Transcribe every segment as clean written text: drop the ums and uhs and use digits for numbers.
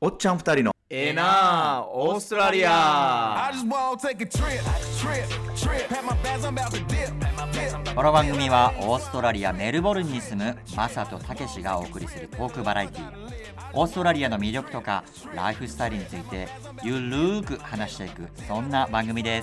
おっちゃん二人のええなあオーストラリア。 この番組はオーストラリアメルボルンに住むマサとタケシがお送りするトークバラエティ。オーストラリアの魅力とかライフスタイルについてゆるーく話していく、そんな番組です。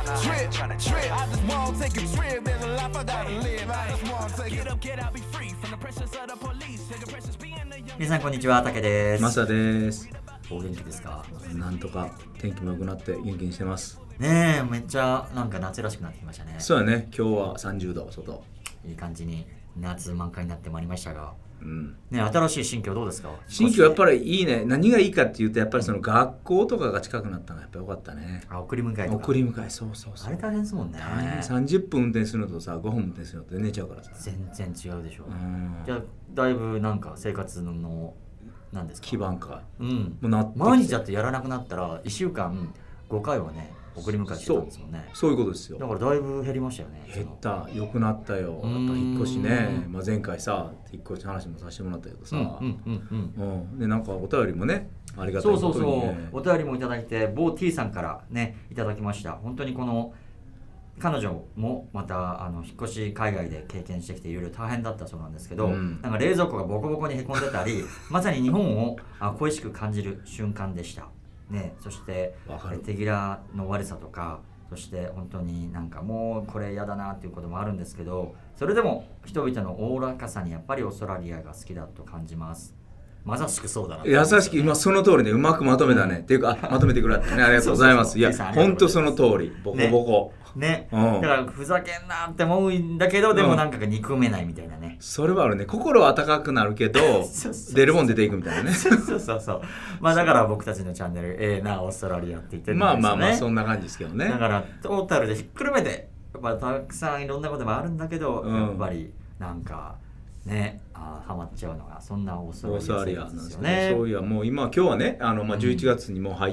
皆さんこんにちは、タケです。 マサです。 お元気ですか？ なんとか天気も良くなって元気にしてます。 ねえ、めっちゃなんか夏らしくなってきましたね。 そうやね、今日は30度外。 いい感じに夏満開になってまいりましたが、 ね、 新しい新居どうですか？ 新居やっぱりいいね。何がいいかっていうと、やっぱりその学校とかが近くなったのがやっぱ良かったね。 送り迎えとか。 送り迎え、そう。 あれ大変ですもんね。 30分運転するのとさ、5分運転するのと全然違うからさ。 全然違うでしょ。じゃあだいぶなんか生活のなんですか、 基盤か。 もうなってきて毎日だってやらなくなったら1週間5回はね送り迎えしてたんですもんね。 そういうことですよ。 だからだいぶ減りましたよね。 減った、良くなったよ。やっぱ引っ越しね、前回さ引っ越し話もさせてもらったけどさ、でなんかお便りもねありがたいことにね、 お便りもいただいて、某 T さんからねいただきました。本当にこの彼女もまた引っ越し海外で経験してきていろいろ大変だったそうなんですけど、なんか冷蔵庫がボコボコにへこんでたりまさに日本を恋しく感じる瞬間でしたね。そして手際の悪さとか、そして本当になんかもうこれ嫌だなっていうこともあるんですけど、それでも人々のおおらかさにやっぱりオーストラリアが好きだと感じます。まさしくそうだな。 優しく今その通りでうまくまとめたね、っていうかまとめてくれたね、ありがとうございます。いや本当その通り、ボコボコね、だからふざけんなって思うんだけど、でもなんか憎めないみたいなね、 それはあるね。心は温かくなるけど出るもん出ていくみたいなね。 そうまあだから僕たちのチャンネルなオーストラリアって言ってるんですよね。 まあそんな感じですけどね。 だからトータルでひっくるめてやっぱたくさんいろんなこともあるんだけど、やっぱりなんかねハマっちゃうのがそんなオーストラリアなんですよね。 そういやもう今日はね11月にも入って、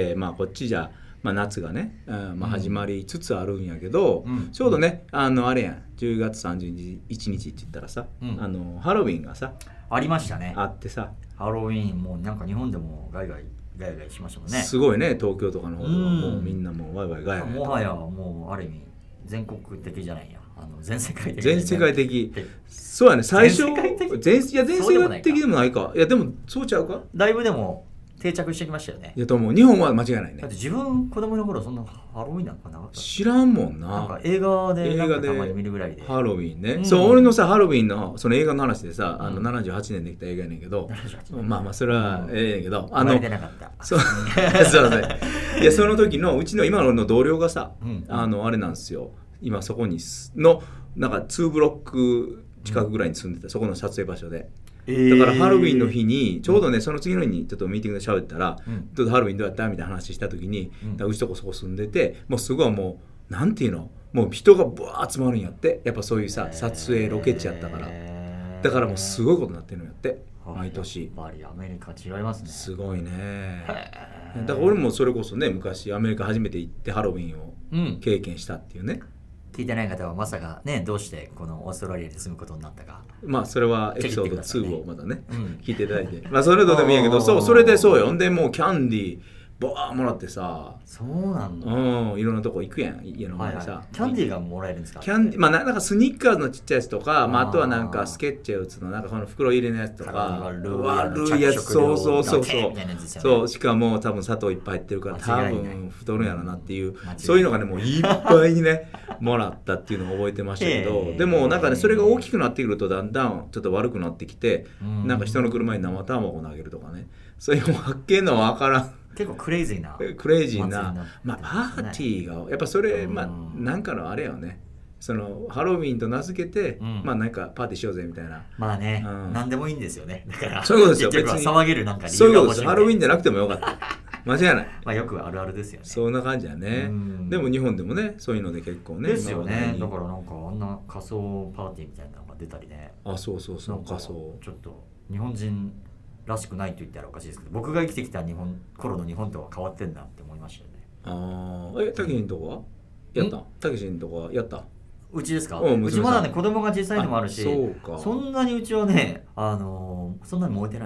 こっちじゃ夏がね、始まりつつあるんやけど、ちょうどねあれやん、10月31日って言ったらさ、ハロウィンがさありましたね。 あってさ、 ハロウィンもうなんか日本でもガイガイしましたもんね。 すごいね、東京とかの方ではもうみんなもうワイワイガヤガヤ、 もはやもうある意味全国的じゃないや、全世界的、 全世界的。そうやね、最初全世界的でもないか。いやでもそうちゃうか。 だいぶでも定着してきましたよね。 いやと思う、日本は間違いないね。 だって自分子供の頃そんなハロウィンなんかなかった。 知らんもんな。 なんか映画でなんかたまに見るぐらいで。 ハロウィンね、そう俺のさハロウィンのその映画の話でさ、78年できた映画やねんけど、まあそれはええねんけど、 生まれてなかった。 そうね。いやその時のうちの今の同僚がさ、あれなんですよ、今そこにのなんか2ブロック近くぐらいに住んでた、そこの撮影場所で。だからハロウィンの日にちょうどね、その次の日にちょっとミーティングで喋ったら、ちょっとハロウィンどうやったみたいな話した時に、うちとこそこ住んでて、もうすごいもうなんていうの、もう人がブワー集まるんやって。やっぱそういうさ撮影ロケ地やったから、だからもうすごいことになってるんやって毎年。 やっぱりアメリカ違いますね。 すごいね。だから俺もそれこそね、昔アメリカ初めて行ってハロウィンを経験したっていうね。 聞いてない方はまさかね、どうしてこのオーストラリアで住むことになったか、 それはエピソード2をまたね、聞いていただいて、それとでもいいんやけど、それでそうよ。んでもうキャンディーボーもらってさ、 そうなんだ。 いろんなとこ行くやん、家の前でさ、 キャンディーがもらえるんですか？ キャンディー、なんかスニッカーズのちっちゃいやつとか、あとはなんかスケッチェウツのなんかこの袋入れのやつとか、悪いやつ、そうしかも多分砂糖いっぱい入ってるから多分太るんやろなっていう、そういうのがねもういっぱいにねもらったっていうのを覚えてましたけど、でもなんかねそれが大きくなってくるとだんだんちょっと悪くなってきて、なんか人の車に生卵投げるとかね、そういう発見のわからん、 結構クレイジーなパーティーがやっぱそれ、なんかのあれよね、そのハロウィンと名付けて、なんかパーティーしようぜみたいな。 何でもいいんですよね。だからそういうことですよ。 結局は騒げるなんか理由が欲しい。そういうことです。 い。 ハロウィンじゃなくてもよかった。間違いない。 よくあるあるですよね。 そんな感じやね。でも日本でもね、そういうので結構ね。 ですよね。だからなんかあんな仮装パーティーみたいなのが出たりね。 そう仮装。 ちょっと日本人らしくないと言ったらおかしいですけど、僕が生きてきた頃の日本とは変わってんなって思いましたよね。 たけしのとこはやった？たけしのとこはやった？ うちですか？うちまだね子供が小さいのもあるし、 そうか。 そんなにうちはねそんなに燃えてないですね。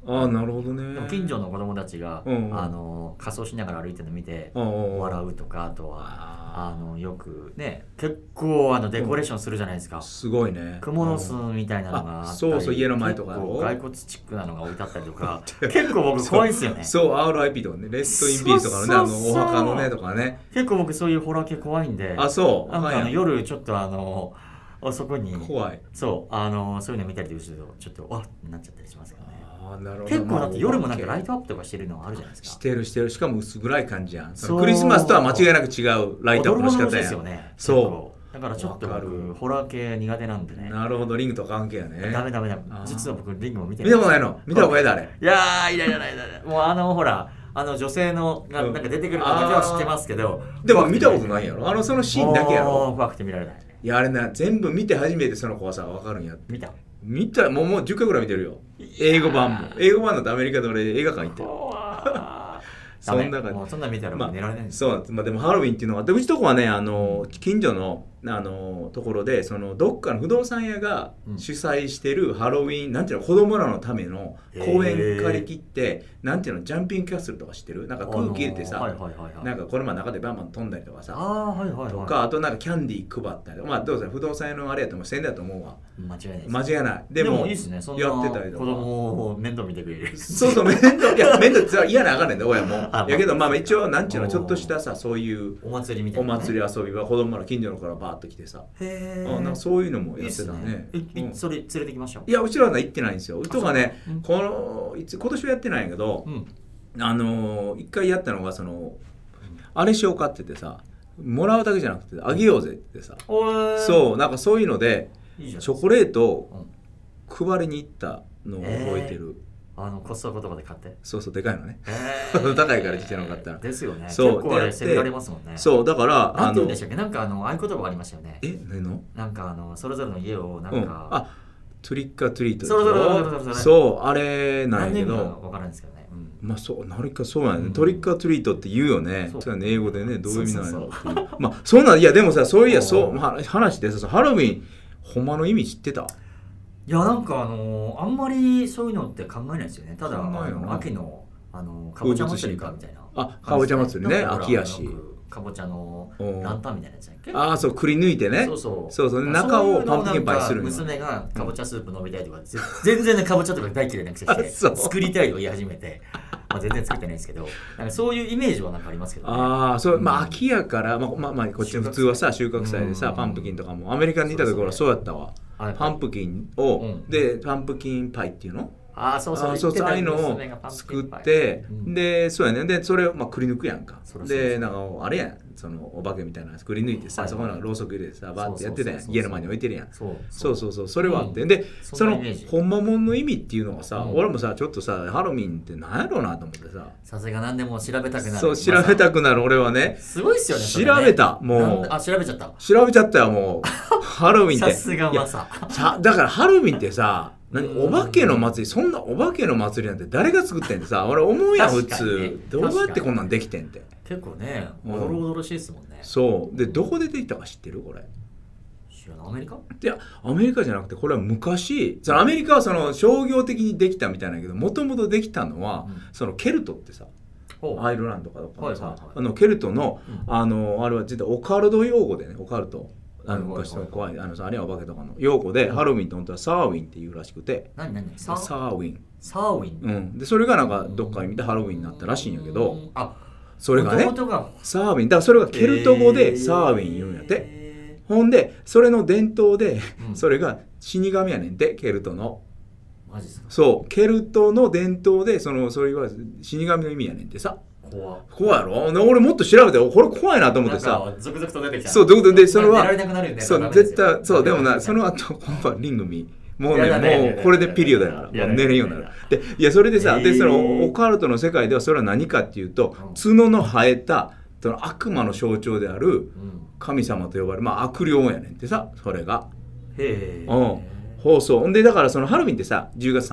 ああなるほどね。 でも近所の子供たちが、仮装しながら歩いてるの見て笑うとか、あとはよくね結構デコレーションするじゃないですか。 すごいね。 クモの巣みたいなのがあったり、 そうそう家の前とか骸骨チックなのが置いてあったりとか結構僕怖いんですよね。 そう RIP とかねレッドインピースとかのねお墓のねとかね。 結構僕そういうホラー系怖いんで。 あそう。 なんか夜ちょっとそこに怖い。 そうそういうの見たりするとちょっとなっちゃったりしますけどね。 なるほど。 結構だって夜もなんかライトアップとかしてるのあるじゃないですか。 してるしかも薄暗い感じやん。クリスマスとは間違いなく違うライトアップの仕方やん。 ですよね。そうだからちょっと僕ホラー系苦手なんでね。 なるほど。リングと関係やね。 ダメ実は僕リングも見てない。見たことないの。見た方がいいだあれ。 いやーいらないもうほら女性のなんか出てくるのだけは知ってますけど、 でも見たことないやろ。そのシーンだけやろ。 怖くて見られない。 いやあれな全部見て初めてその怖さが分かるんやって。 見たもう10回ぐらい見てるよ。英語版だとアメリカで俺映画館行ってる。そんな見たらもう寝られないんですよ。そうでもハロウィンっていうのはうちとこはね近所のところでどっかの不動産屋が主催してるハロウィンなんていうの子供らのための公園借り切ってなんていうのジャンピングキャッスルとか知ってる？なんか空気入れてさなんかこれ中でバンバン飛んだりとかさとかあとなんかキャンディー配ったりとかどうせ不動産屋のあれやと思う宣伝だと思うわ。 間違いない。でもいいっすね。そんなやってたりとか子供を面倒見てくれる。 そう面倒嫌なあかんねんで親も。やけど一応なんちゅうのちょっとしたさそういうお祭りみたいなお祭り遊びは子供ら近所のからバーッと来てさ。なんかそういうのもやってたね。 それ連れてきました。 いやうちらは行ってないんですよ。うちとかね今年はやってないんやけど一回やったのがあれしようかっててさもらうだけじゃなくてあげようぜってさそうなんかそういうのでチョコレートを配りに行ったのを覚えてる。 コストコとかで買って。 そうでかいのね。高いからちっちゃいの買ったら。 ですよね。 そう結構あれ攻められますもんね。 そうだからなんて言うんでしたっけなんか合言葉がありましたよね。 何の？ なんかそれぞれの家をなんかトリックアトリート。 そうあれなんやけど。 分からんですけどね。 そう何かそうやね。トリックアトリートって言うよね。そう英語でねどういう意味なんやろっていう。そうなんいやでもさそういやそう話でさハロウィンほんまの意味知ってた？ いやなんかあんまりそういうのって考えないですよね。ただ秋のかぼちゃ祭りかみたいな。 かぼちゃ祭りね秋やし。 かぼちゃのランタンみたいなやつだっけ？ そうくり抜いてね。そう中をパンプキンパイするの。 娘がかぼちゃスープ飲みたいとか全然ねかぼちゃとか大嫌いなくせして作りたいとか言い始めて。全然作ってないんですけどなんかそういうイメージはなんかありますけどね。 そう秋やからこっちの普通はさ収穫祭でさパンプキンとかもアメリカにいたところはそうやったわ。パンプキンをでパンプキンパイっていうのそうああいうのを作ってでそうやねでそれをくり抜くやんかでなんかあれやんお化けみたいなくり抜いてさそこにろうそく入れてさバーってやってたやん家の前に置いてるやんそうそれはあってでほんまもんの意味っていうのがさ俺もさちょっとさハロウィンって何やろうなと思ってささすが何でも調べたくなるそう調べたくなる俺はねすごいっすよね調べたもう調べちゃったよもうハロウィンってさすがマサだからハロウィンってさお化けの祭りそんなお化けの祭りなんて誰が作ってんってさ俺思うやん普通どうやってこんなんできてんって結構ねおどろおどろしいですもんねそうでどこでできたか知ってるこれ知らないアメリカいやアメリカじゃなくてこれは昔アメリカは商業的にできたみたいなんだけどもともとできたのはケルトってさアイルランドとかのさケルトのあれは実はオカルト用語でねオカルト昔の怖いあれはお化けとかの用語でハロウィンって本当はサーウィンっていうらしくてサーウィンでそれがなんかどっかに見てハロウィンになったらしいんやけどそれがねサーウィンだからそれがケルト語でサーウィン言うんやってほんでそれの伝統でそれが死神やねんてケルトのマジっすかそうケルトの伝統でそれは死神の意味やねんてさ怖いやろ俺もっと調べてこれ怖いなと思ってさ続々と出てきたそうでそれは寝られなくなるんでそう絶対そうでもなその後今度はリング見もうこれでピリオドやからもう寝れんようになるでいやそれでさでオカルトの世界ではそれは何かっていうと角の生えた悪魔の象徴である神様と呼ばれる悪霊やねんってさそれが放送でだからハロウィンってさ10月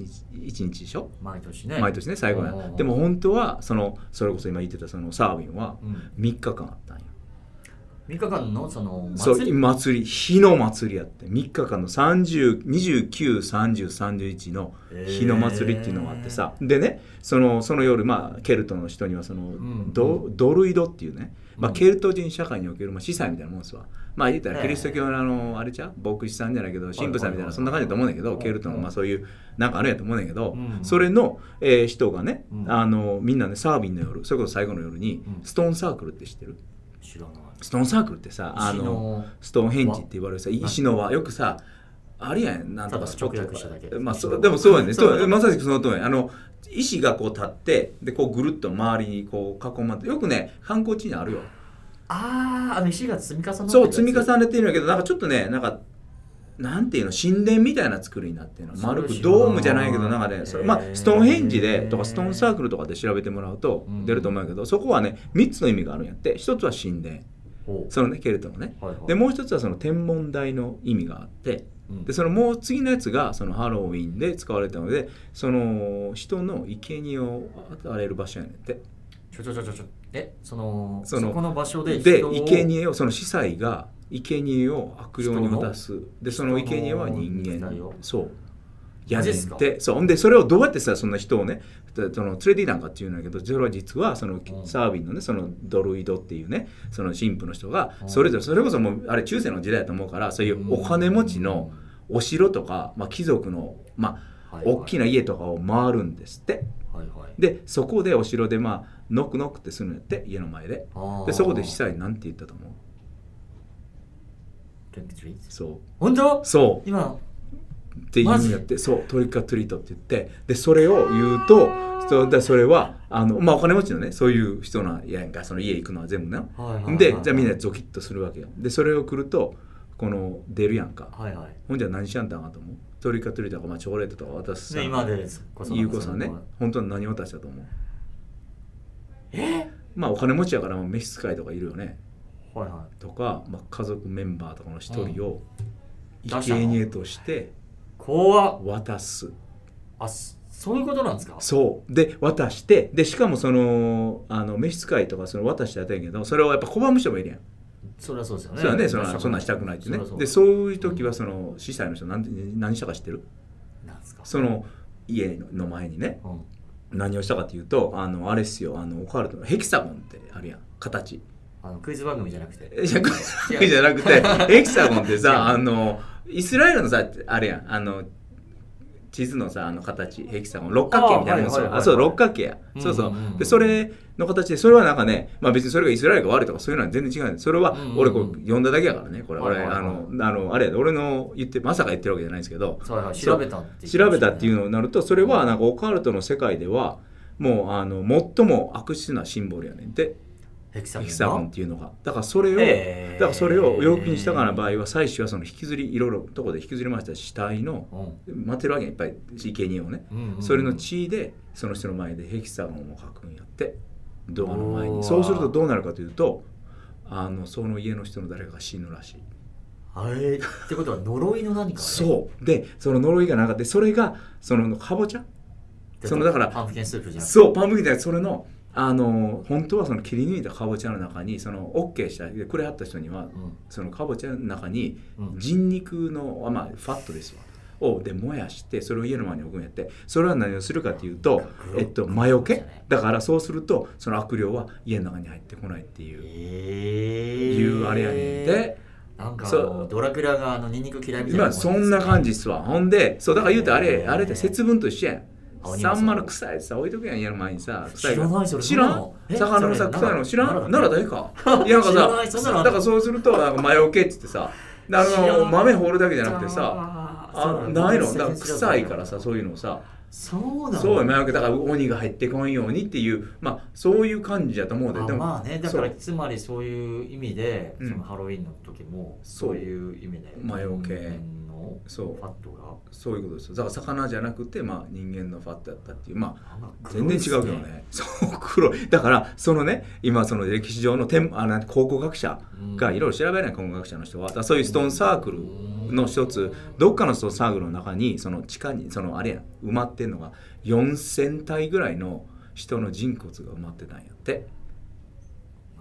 31日でしょ毎年ね最後やでも本当はそれこそ今言ってたサーウィンは3日間あったんよ 3日間のそのそう祭り祭り日の祭りやって3日間の29303031の日の祭りっていうのがあってさ、でねその夜、ケルトの人にはその、ドルイドっていうね、ケルト人社会における、司祭みたいなもんですわ。言ったらキリスト教のあれじゃ牧師さんじゃないけど神父さんみたいなそんな感じだと思うんだけど、ケルトのそういうなんかあるやと思うんだけど、それの、人がね、みんなねサービンの夜、それこそ最後の夜にストーンサークルって知ってる？ 知らない。 ストーンサークルってさストーンヘンジって言われるさ石の輪よくさあれやんなんとかスポットとかでもそうやねまさしくその通り石がこう立ってでこうぐるっと周りにこう囲まってよくね観光地にあるよ。 石が積み重なってるやつ。 そう積み重ねてるんだけどなんかちょっとねなんていうの神殿みたいな作りになってるの丸くドームじゃないけどなんかねストーンヘンジでとかストーンサークルとかで調べてもらうと出ると思うんだけど、そこはね3つの意味があるんやって。一つは神殿そのねケルトのね、でもう一つはその天文台の意味があって、でそのもう次のやつがそのハロウィンで使われたのでその人の生贄を与える場所やねんって。 そこの場所で人を生贄をその司祭が生贄を悪霊に渡す。でその生贄は人間そうやねんって。そうでそれをどうやってさそんな人をね連れていたんかっていうんだけど、それは実はそのサービンのねそのドルイドっていうねその神父の人がそれぞれそれこそもうあれ中世の時代だと思うから、そういうお金持ちのお城とか、貴族の大きな家とかを回るんですって。でそこでお城でノックノックってするんやって家の前で。でそこで司祭なんて言ったと思う？そう本当？ そう今って言うんやって。そうトリックアトリートって言って、でそれを言うとそれはお金持ちのねそういう人のやんか、その家行くのは全部ね、でじゃあみんなゾキッとするわけよ。でそれを来るとこの出るやんか、ほんじゃ何しやんたんかと思う？トリックアトリートとかチョコレートとか渡すさ、 今でゆうこさんね本当に何渡したと思う？お金持ちやから召使いとかいるよね、とか、家族メンバーとかの一人を生贄として渡す。 そういうことなんですか？ そうで渡して、でしかもその召使いとかその渡してやったんやけど、それをやっぱ拒む人もいるやん。 それはそうですよね。 そうだね、そんなんしたくないってね。でそういう時はその司祭の人何したか知ってる？ なんですか？ その家の前にね、何をしたかっていうとあれっすよ、オカルトのヘキサゴンってあるやん形。 クイズ番組じゃなくて。 クイズ番組じゃなくてヘキサゴンってさイスラエルのさあれやん地図のさ形ヘキサゴン六角形みたいなの。そう六角形や。そうそう。でそれの形でそれはなんかね別にそれがイスラエルが悪いとかそういうのは全然違う。それは俺こう読んだだけやからね。これ俺あれ俺の言ってまさか言ってるわけじゃないんですけど、 調べたっていうのになるとそれはなんかオカルトの世界ではもう最も悪質なシンボルやねんて。ヘキサゴンっていうのがだからそれを要求にしたから場合は祭司はその引きずりいろいろとこで引きずりました死体の待ってるわけいっぱい生贄をね、それの血でその人の前でヘキサゴンを書くんやってドアの前に。そうするとどうなるかというとその家の人の誰かが死ぬらしい。 ってことは呪いの何か、ね、 そうでその呪いがなかった。それがそのかぼちゃだからパンプキンスープじゃん。 そうパンプキンでそれの本当はその切り抜いたかぼちゃの中にその OK したくれはった人には、そのかぼちゃの中に人肉の、ファットですわをで燃やしてそれを家の前に置くんやって。それは何をするかというと魔除けだから、そうするとその悪霊は家の中に入ってこないっていうあれやねんで。 なんかドラクラがニンニク嫌いみたいな、 そんな感じっすわ。ほんでそうだから言うとあれって節分と一緒やん。サンマの臭いやつさ置いとくやん家の前にさ。 知らないそれ。 知らん魚のさ臭いの知らんなら誰かいやなんかさだからそうすると魔除けっつってさ豆放るだけじゃなくてさないのだから臭いからさそういうのさそうなの。 そう魔除けだから鬼が入ってこんようにっていうそういう感じだと思うで。でもだからつまりそういう意味でそのハロウィンの時もそういう意味で魔除けそうファットがそういうことですよ。だから魚じゃなくて人間のファットだったっていう全然違うけどね。そう黒い。だからそのね今その歴史上の考古学者がいろいろ調べない考古学者の人はそういうストーンサークルの一つどっかのストーンサークルの中にその地下にあれや埋まってんのが4000体ぐらいの人の人骨が埋まってたんやって。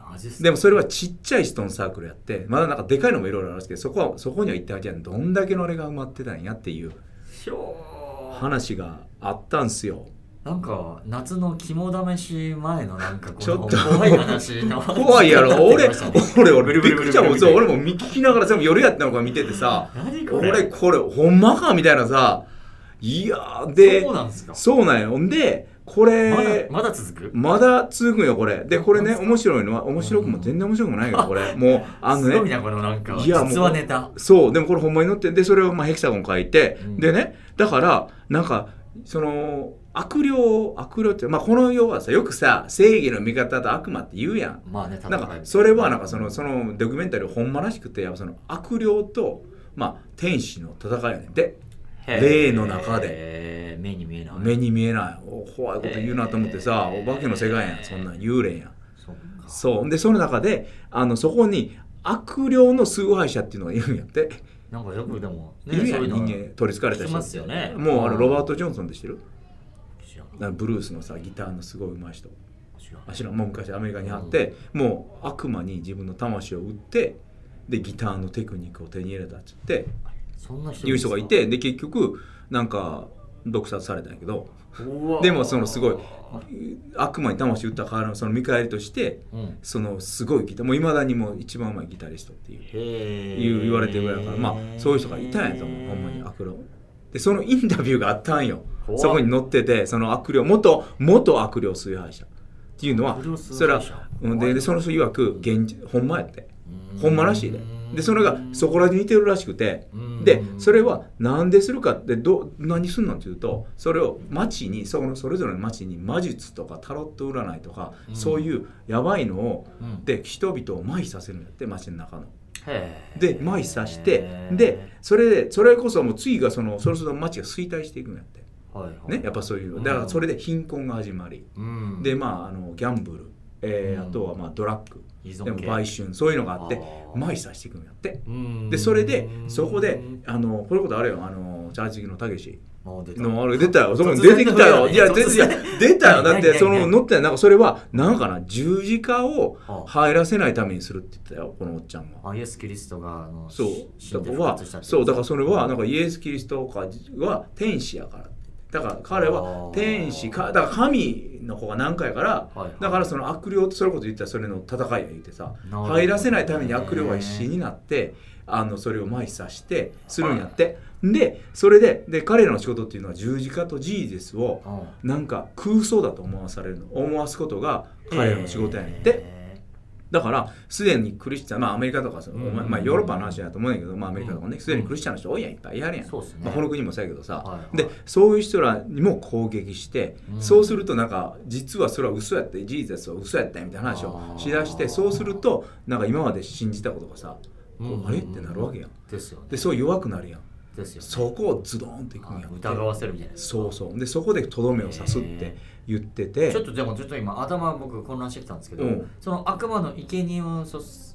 マジっすか。 でもそれはちっちゃいストーンサークルやって、まだなんかでかいのもいろいろあるんですけど、そこには一体じゃあどんだけのあれが埋まってたんやっていう話があったんすよ。 なんか夏の肝試し前のなんかこちょっとの怖い話の怖いやろ。俺びっくりしたもん。そう、俺も見聞きながら全部夜やったのか見ててさ、俺これほんまかみたいなさ、いやーで、 そうなんですか。 そうなんよ。んでこれまだ続く？ まだ続くよこれ。でこれね、面白いのは、面白くも全然面白くもないけど、これもうすごいなこのなんかいや実話ネタ。 そうでもこれほんまに載ってで、それをまあヘキサゴン書いて、でね、だからなんかその悪霊ってまあこの世はさ、よくさ正義の味方と悪魔って言うやん。 まあね、 なんかそれはなんかそのドキュメンタリーほんまらしくて、やっぱその悪霊とまあ天使の戦いやねんで、霊の中で目に見えない怖いこと言うなと思ってさ、お化けの世界やん、そんなん幽霊やん。そうでその中でそこに悪霊の崇拝者っていうのがいるんやって。 なんかよくでもいるやん、人間取り憑かれた人ますよね。 もうロバート・ジョンソンで知ってる？ブルースのさギターのすごい上手い人。もう昔アメリカにあって、もう悪魔に自分の魂を売ってでギターのテクニックを手に入れたっつっていう人がいて、で結局なんか毒殺されたんやけど、でもそのすごい悪魔に魂売ったからのその見返りとして、そのすごいギター、もういまだにもう一番うまいギタリストっていう言われてるぐらいだから、まあそういう人がいたんやと思う、ほんまに悪霊で。そのインタビューがあったんよ。そこに載ってて、その悪霊元悪霊崇拝者っていうのは、それはでその人曰くほんまやって、ほんまらしいで。でそれがそこらに似てるらしくて、でそれはなんでするかって何すんのっていうと、それを町にそれぞれの町に魔術とかタロット占いとか、そういうやばいのを、で人々を麻痺させるんやって、町の中の。で麻痺させて、でそれこそもう次がそろそろ町が衰退していくんやって、ね、やっぱそういうだからそれで貧困が始まり、でまあギャンブル、あとはまあドラッグでも売春、そういうのがあって麻痺させていくんやって。でそれでそこでこれことあれよ、チャーチギのたけしのあれ出たよ、そこに出てきたよ。いや出たよ。だってその乗ってなんかそれはなんかな、十字架を入らせないためにするって言ったよ、このおっちゃんが。 イエス・キリストがそうだからそれはなんかイエス・キリストは天使やから、だから彼は天使だから神の子が何回やから、だからその悪霊とそれこそ言ったらそれの戦いや言ってさ、入らせないために悪霊は必死になってそれを麻痺させてするんやって。でそれで彼らの仕事っていうのは十字架とジーゼスをなんか空想だと思わすことが彼らの仕事やねんって。だからすでにクリスチャン、まあアメリカとかまあヨーロッパの話だと思うんだけど、まあアメリカとかね、すでにクリスチャンの人多いやん、いっぱいやるやん。まあこの国もそうやけどさ、でそういう人らにも攻撃して、そうするとなんか実はそれは嘘やって、ジーザスは嘘やったみたいな話をしだして、そうするとなんか今まで信じたことがさ、あれってなるわけやん。でそう弱くなるやん。そこをズドンっていくんやって、 疑わせるみたいな。 そうでそこでとどめを刺すって言ってて、 ちょっと今頭僕混乱してきたんですけど、その悪魔の生贄を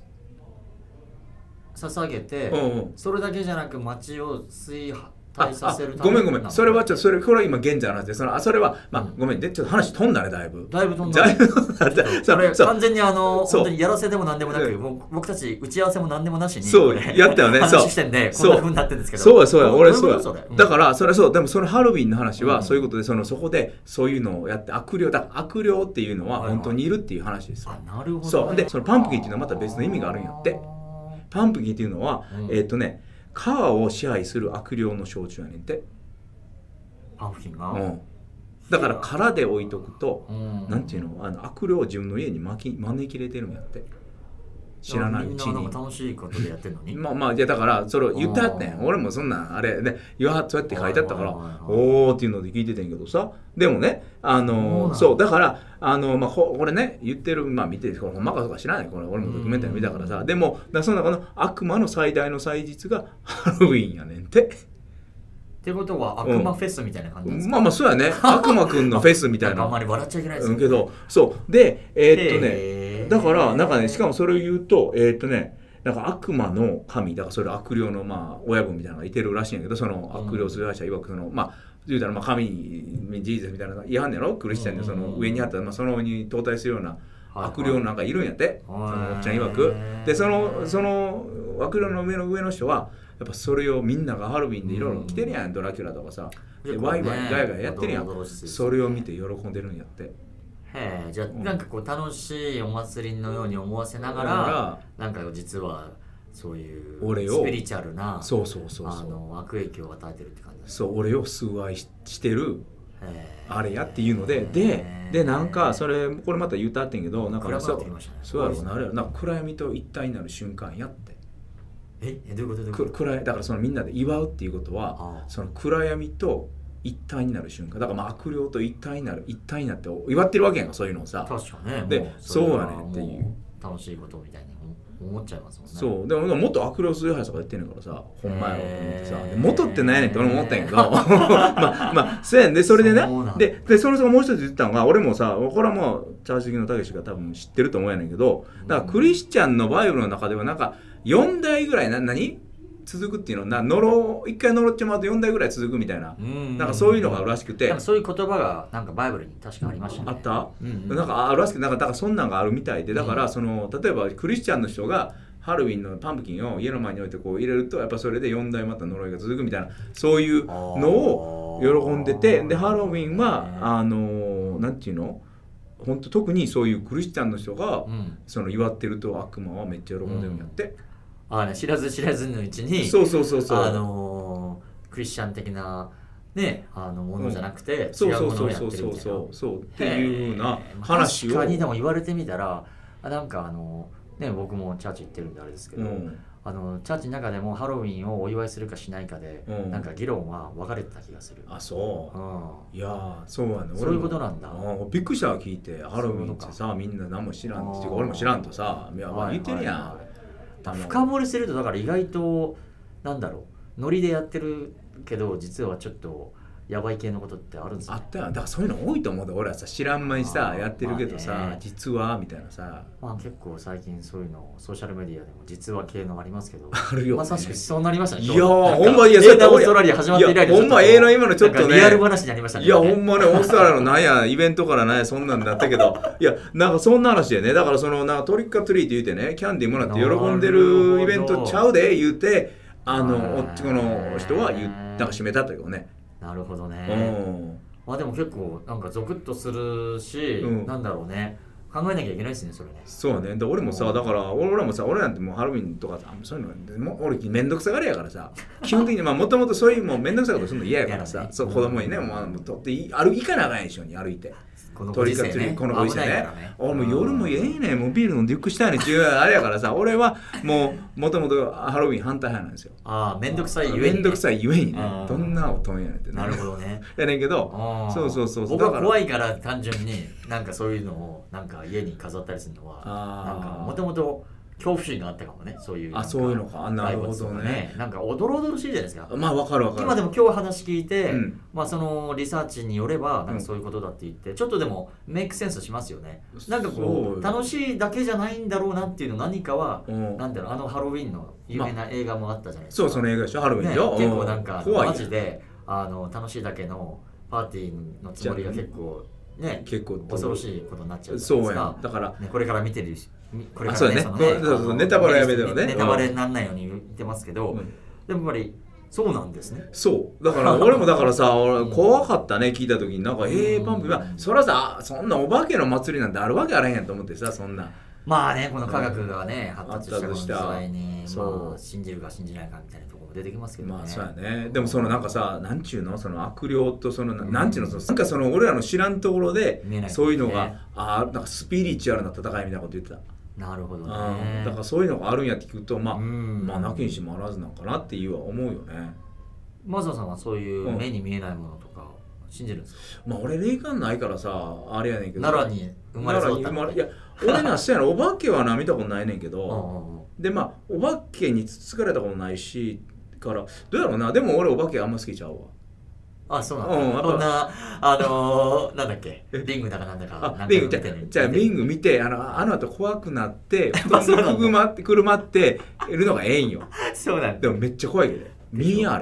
捧げて、それだけじゃなく町を衰退させるために。 ごめん、それはちょっとこれは今現在の話で、それはまあごめんでちょっと話飛んだね、だいぶ飛んだ。それ完全に本当にやらせでもなんでもなく、もう僕たち打ち合わせもなんでもなしにやったよね。 話してんでこんな風になってるんですけど。 そうや俺そうや。だからそれそう、でもそのハロウィンの話はそういうことで、そこでそういうのをやって、悪霊っていうのは本当にいるっていう話ですよ。 なるほど。 そうでそのパンプキンっていうのはまた別の意味があるんやって。パンプキンっていうのは川を支配する悪霊の象徴やねんて。 パンプキンが、 だから殻で置いとくと、なんていうの、悪霊を自分の家に招き入れてるんやって、知らないうちに。 みんな楽しいことでやってるのにまあいやだからそれを言ってはったんや。俺もそんなんあれでそうやって書いてあったからおーっていうので聞いてたんやけどさ、でもねそうだからまあこれね言ってる、まあ見てほんまかそうか知らない、これ俺もドキュメンタリー見たからさ、でもその中の悪魔の最大の祭日がハロウィンやねんって。 ってことは悪魔フェスみたいな感じなんですか。 まあそうやね、悪魔くんのフェスみたいな。 あんまり笑っちゃいけないですけど、そうでだからなんかね、しかもそれを言うとなんか悪魔の神だから、それ悪霊のまあ親分みたいなのがいてるらしいんやけど、その悪霊崇拝者曰くまあ言うたらまあ神ジーザスみたいなのが言いはんねやろ、クリスチャンでその上にあった、まあその上に投胎するような悪霊なんかいるんやって、そのおっちゃん曰く。でその悪霊の上の人はやっぱそれをみんながハロウィンでいろいろ来てるやん、ドラキュラとかさ、でワイワイガヤガヤやってるやん、それを見て喜んでるんやって。 へえ、じゃあなんかこう楽しいお祭りのように思わせながら、なんか実はそういうスピリチュアルな悪影響を与えてるって感じです。 そう、俺を崇拝してるあれやっていうので、でなんかそれこれまた言うたってんけど、なんかそうやろうな、あれやろな、暗闇と一体になる瞬間やって。 どういうこと？ だからそのみんなで祝うっていうことは、その暗闇と一体になる瞬間だから、悪霊と一体になって祝ってるわけやんか、そういうのをさ。 確かね。 でそうやねんっていう楽しいことみたいに思っちゃいますもんね。 そうでももっと悪霊するはずとか言ってんねんからさ、ほんまやろと思ってさ、元ってないねんって俺も思ったんやけどまあそうやんで、それでね、でそれもう一つ言ったのが、俺もさ、これはもうチャージ好きのたけしが多分知ってると思うんやねんけど、だからクリスチャンのバイブルの中ではなんか4代ぐらい何続くっていうの一回呪っちまうと4代ぐらい続くみたいな、なんかそういうのがあるらしくて、 なんかそういう言葉がなんかバイブルに確かありましたね。 あった？なんかあるらしくて、だからそんなんがあるみたいで、だからその例えばクリスチャンの人がハロウィンのパンプキンを家の前に置いてこう入れると、やっぱそれで4代また呪いが続くみたいな、そういうのを喜んでて、でハロウィンはなんていうの、本当特にそういうクリスチャンの人がその祝ってると悪魔はめっちゃ喜んでるんやって。 知らず知らずのうちにそうクリスチャン的なねものじゃなくて、違うものをやってるみたいなっていうふうな話を。 確かにでも言われてみたら、なんかね、僕もチャーチ行ってるんであれですけど、チャーチの中でもハロウィンをお祝いするかしないかで、なんか議論は分かれてた気がする。 あ、そう、いやそうやね、 そういうことなんだ。 びっくりした聞いて、ハロウィンってさ、みんな何も知らんっていうか、俺も知らんとさ、言ってるやん。 深掘りすると、だから意外となんだろう、ノリでやってるけど実はちょっとやばい系のことってあるんですよ、ね。 あったよ。だからそういうの多いと思うで、俺はさ、知らん間にさやってるけどさ、実はみたいなさ、 結構最近そういうのソーシャルメディアでも実は系のありますけど、 あるよ、ね、 まさしくそうなりましたね。 いやほんま、いや、 オーストラリア始まって以来で、 ほんまの今のちょっとね、 リアル話になりましたね。 いやほんまね、オーストラリアのなんやイベントからね、そんなんだったけど、いやなんかそんな話でね、だからそのなんかトリックアトリーって言うてね、キャンディーもらって喜んでるイベントちゃうで言うて、この人はなんか締めたというかね。 なるほどね。でも結構なんかゾクッとするし、なんだろうね、考えなきゃいけないですね、それね。 そうね。で俺もさ、だから俺なんてもうハロウィンとかそういうの俺めんどくさがりやからさ、基本的にもともとそういうもうめんどくさいことするの嫌やからさ、そう子供にね、とって行かなあかん一緒に歩いて。 トリックアトリート、 このご時世ね。俺も夜もね、もうビール飲んでゆっくりしたいねっていうあれやからさ、俺はもともとハロウィン反対派なんですよ。 めんどくさいゆえに、 めんどくさいゆえにね、どんな大人やねんって。 なるほどね。 やねんけど、そう僕は怖いから単純になんかそういうのをなんか家に飾ったりするのは、なんかもともと恐怖心があったかもね、そういう。 そういうのか。なるほどね。 なんかおどろおどろしいじゃないですか。 わかる。 今でも今日話聞いて、そのリサーチによればなんかそういうことだって言って、ちょっとでもメイクセンスしますよね。なんかこう楽しいだけじゃないんだろうなっていうの、何かはなんだろう、ハロウィンの有名な映画もあったじゃないですか。 その映画でしょ、ハロウィンでしょ。 結構なんかマジで楽しいだけのパーティーのつもりが結構ね、恐ろしいことになっちゃうじゃないですか。 だからこれから見てるこれからね、ネタバレやめてよね。 ネタバレにならないように言ってますけど、でもやっぱりそうなんですね。 そうだから俺もだからさ、怖かったね、聞いた時に。なんかパンプはそらさ、そんなお化けの祭りなんてあるわけあらへんやんと思ってさ、そんな。 この科学がね、発達したこの時代に信じるか信じないかみたいなところ出てきますけどね。 そうやね。でもそのなんかさ、なんちゅうの、その悪霊とそのなんちゅうの、なんかその俺らの知らんところでそういうのがなんかスピリチュアルな戦いみたいなこと言ってた。 なるほどね。 だからそういうのがあるんやって聞くと、なきにしもあらずなんかなっていうは思うよね。 マザーさんはそういう目に見えないものとか信じるんですか？ 俺霊感ないからさ、あれやねんけど。 奈良に生まれ育ったの。 いや俺な、そうやな、お化けは見たことないねんけど、でお化けにつつかれたことないしからどうやろうな。でも俺お化けあんま好きちゃうわ。 そうなんだ。こんななんだっけ、リングだかなんだか、リング見て、あの後怖くなってくるまっているのがええんよ。 そうなんだ。 でもめっちゃ怖いけど、見んやあれ。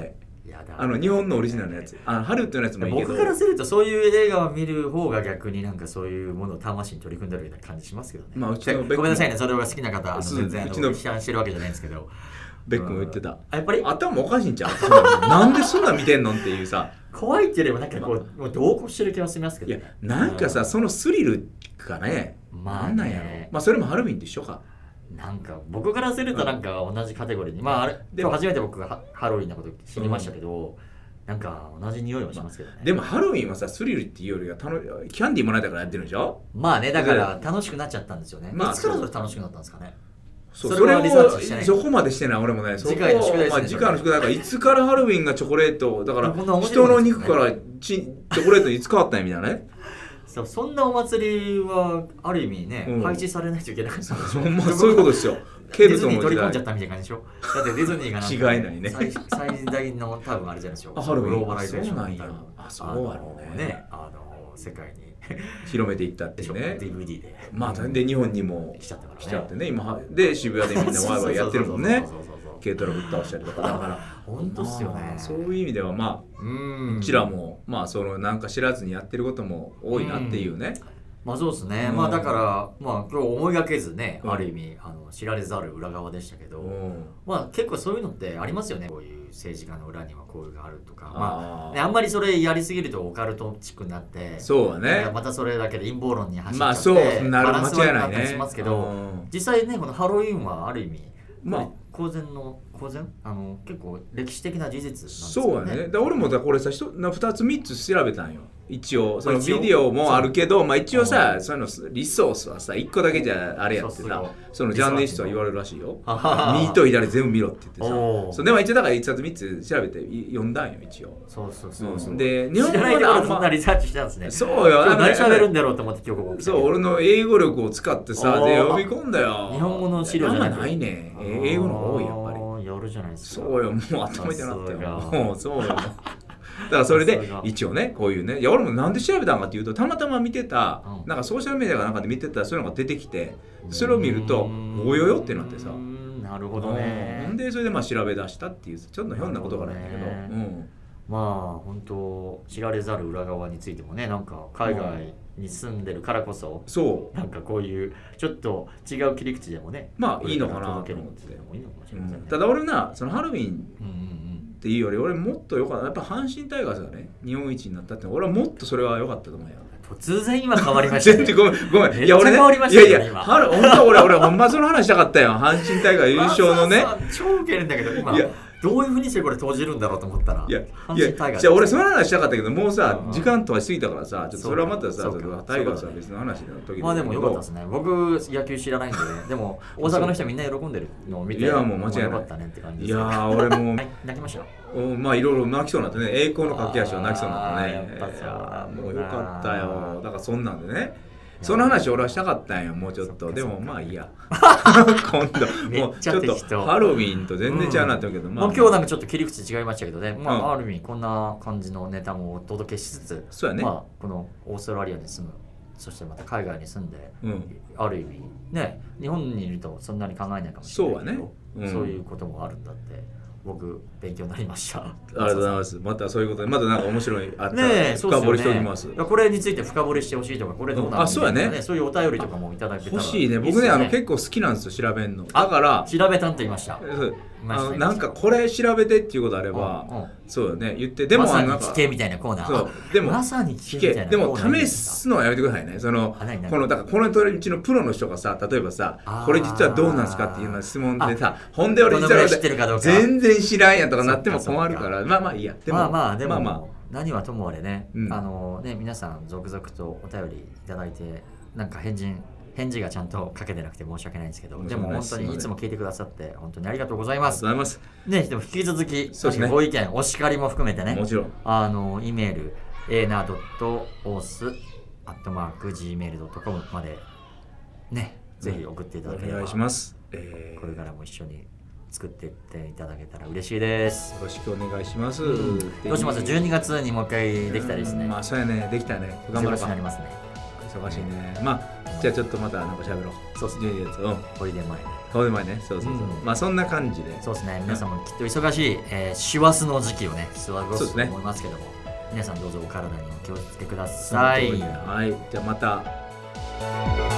日本のオリジナルのやつハリウッドのやつもいいけど、 僕からするとそういう映画を見る方が逆になんかそういうものを魂に取り組んでるような感じしますけどね。 まあ、うちのごめんなさいね、それが好きな方全然うちの批判してるわけじゃないんですけど、 ベックも言ってた、 やっぱり頭おかしいんちゃうなんでそんな見てんのっていうさ怖いっていうよりもなんかこう、もう同行してる気がしますけど、 いやなんかさ、そのスリルがね、なんなんやろ。まあそれもハロウィンと一緒か。 なんか僕からするとなんか同じカテゴリーに、まああれ今日初めて僕がハロウィンのこと知りましたけど、なんか同じ匂いはしますけどね。 でもハロウィンはさ、スリルっていうよりはキャンディーもらえたからやってるんでしょ。 まあね、だから楽しくなっちゃったんですよね。いつからそれ楽しくなったんですかね。 それはリサーチしてない。そこまでしてない。俺もね、 次回の宿題ですね。 まあ、次回の宿題だから、いつからハロウィンがチョコレートだから人の肉からチョコレートにいつ変わったんやみたいなね。 そんなお祭りはある意味ね、廃止されないといけないですよ。 まあそういうことですよ。 ディズニー取り込んじゃったみたいな感じでしょ。だってディズニーがなんか違いないね。 最大の多分あれじゃないでしょう。 ハロウィングローバライゼーションみたいな。 そうなのね。 世界に広めていったっていうね。 DVD で。 まあで日本にも来ちゃってね。今で渋谷でみんなワイワイやってるもんね。軽トラぶっ倒したりとかだから本当っすよね。 そういう意味ではまあうちらもまあそのなんか知らずにやってることも多いなっていうね。 まあそうですね。まあだからまあ今日思いがけずね、ある意味知られざる裏側でしたけど、まあ結構そういうのってありますよね。こういう政治家の裏にはこういうのがあるとか、まあね、あんまりそれやりすぎるとオカルトチックになって、 そうね。 またそれだけで陰謀論に走っちゃって、 まあそうなる、 バランス悪くなったりしますけど、実際ねこのハロウィンはある意味まあ公然結構歴史的な事実なんですよね。 そうやね。で俺もこれさ2つ3つ調べたんよ。一応そのビデオもあるけど、まあ一応さそのリソースはさ1個だけじゃあれやってさ、そのジャーナリストは言われるらしいよ。右と左全部見ろって言ってさ。そうでも一応だから1冊3つ調べて読んだんよ一応。 そうで日本語でそんなリサーチしてたんですね。 そうよ。 何喋るんだろうと思って今日ここ。 そう俺の英語力を使ってさで呼び込んだよ。 日本語の資料じゃないね。英語の方が多いやっぱり。 やるじゃないですか。そうよもう頭痛なったよ。もうそうよ。だからそれで一応ねこういうね、いや俺もなんで調べたんかっていうとたまたま見てたなんかソーシャルメディアかなんかで見てたらそういうのが出てきて、それを見るとおよよってなってさ、 なるほどね。 なんでそれでまあ調べ出したっていうちょっとひょんなことがないんだけど、 まあ本当知られざる裏側についてもね、なんか海外に住んでるからこそ、なんかこういうちょっと違う切り口でもね、 まあいいのかなと思って。ただ俺なそのハロウィンっていうより俺もっと良かったやっぱ阪神タイガースがね日本一になったって俺はもっとそれは良かったと思うよ。 突然今変わりましたね。 ごめん。いや俺ね、いや本当俺ほんまその話したかったよ。阪神タイガー優勝のね。 超ウケるんだけど今。どういうふうにしてこれ投じるんだろうと思ったら、 いやじゃあ俺その話したかったけどもうさ時間とは過ぎたからさ、ちょっとそれはまたさタイガースは別の話の時まあでもよかったですね。僕野球知らないんで、でも大阪の人みんな喜んでるのを見て、 いやもう間違いない。 よかったねって感じです。 いや俺も泣きました。 まあいろいろ泣きそうになってね、栄光の駆け足は泣きそうになったね。 やっぱさもうよかったよ。だからそんなんでね。その話俺はしたかったんよもうちょっと。でもまあいいや今度もうちょっとハロウィンと全然違うなってるけど、 まあ今日なんかちょっと切り口違いましたけどね、まあある意味こんな感じのネタもお届けしつつ、 そうやね、 まあこのオーストラリアに住む、そしてまた海外に住んで、ある意味ね日本にいるとそんなに考えないかもしれないけど、そういうこともあるんだって僕勉強になりました。 ありがとうございます。またそういうことでまたなんか面白いあったら深掘りしておきます。 これについて深掘りしてほしいとか、これどうなんですかね。そういうお便りとかもいただけたら欲しいね。僕ね結構好きなんですよ調べんの。だから調べたんと言いました。 なんかこれ調べてっていうことあれば、そうよね言って、でもまさに聞けみたいなコーナー。 そうでもまさに聞けみたいなでも試すのはやめてくださいね。そのこのだからこのうちのプロの人がさ、例えばさこれ実はどうなんですかっていうの質問でさ、ほんで俺実は全然知らんやとかなっても困るから、まあまあいいや。 でも何はともあれね、皆さん続々とお便りいただいて、なんか返事がちゃんと書けてなくて申し訳ないんですけど、でも本当にいつも聞いてくださって本当にありがとうございます。ね、でも引き続きご意見お叱りも含めてね、 もちろん Eメール ana.os@gmail.com までね、ぜひ送っていただければお願いします。 これからも一緒に作っていっていただけたら嬉しいです。 よろしくお願いします。 どうします？12月にもう一回できたらですね。 まあそうやね、できたね。 頑張ろうか。なりますね。 忙しいね。まあじゃあちょっとまたなんか喋ろう。 そうですね。 12月。 ホリデー前ホリデー前ね。そうそうそう。まあそんな感じで。 そうですね。皆さんもきっと忙しい師走の時期をね過ごすと思いますけども、皆さんどうぞお体にお気をつけください。 はい。じゃあまた。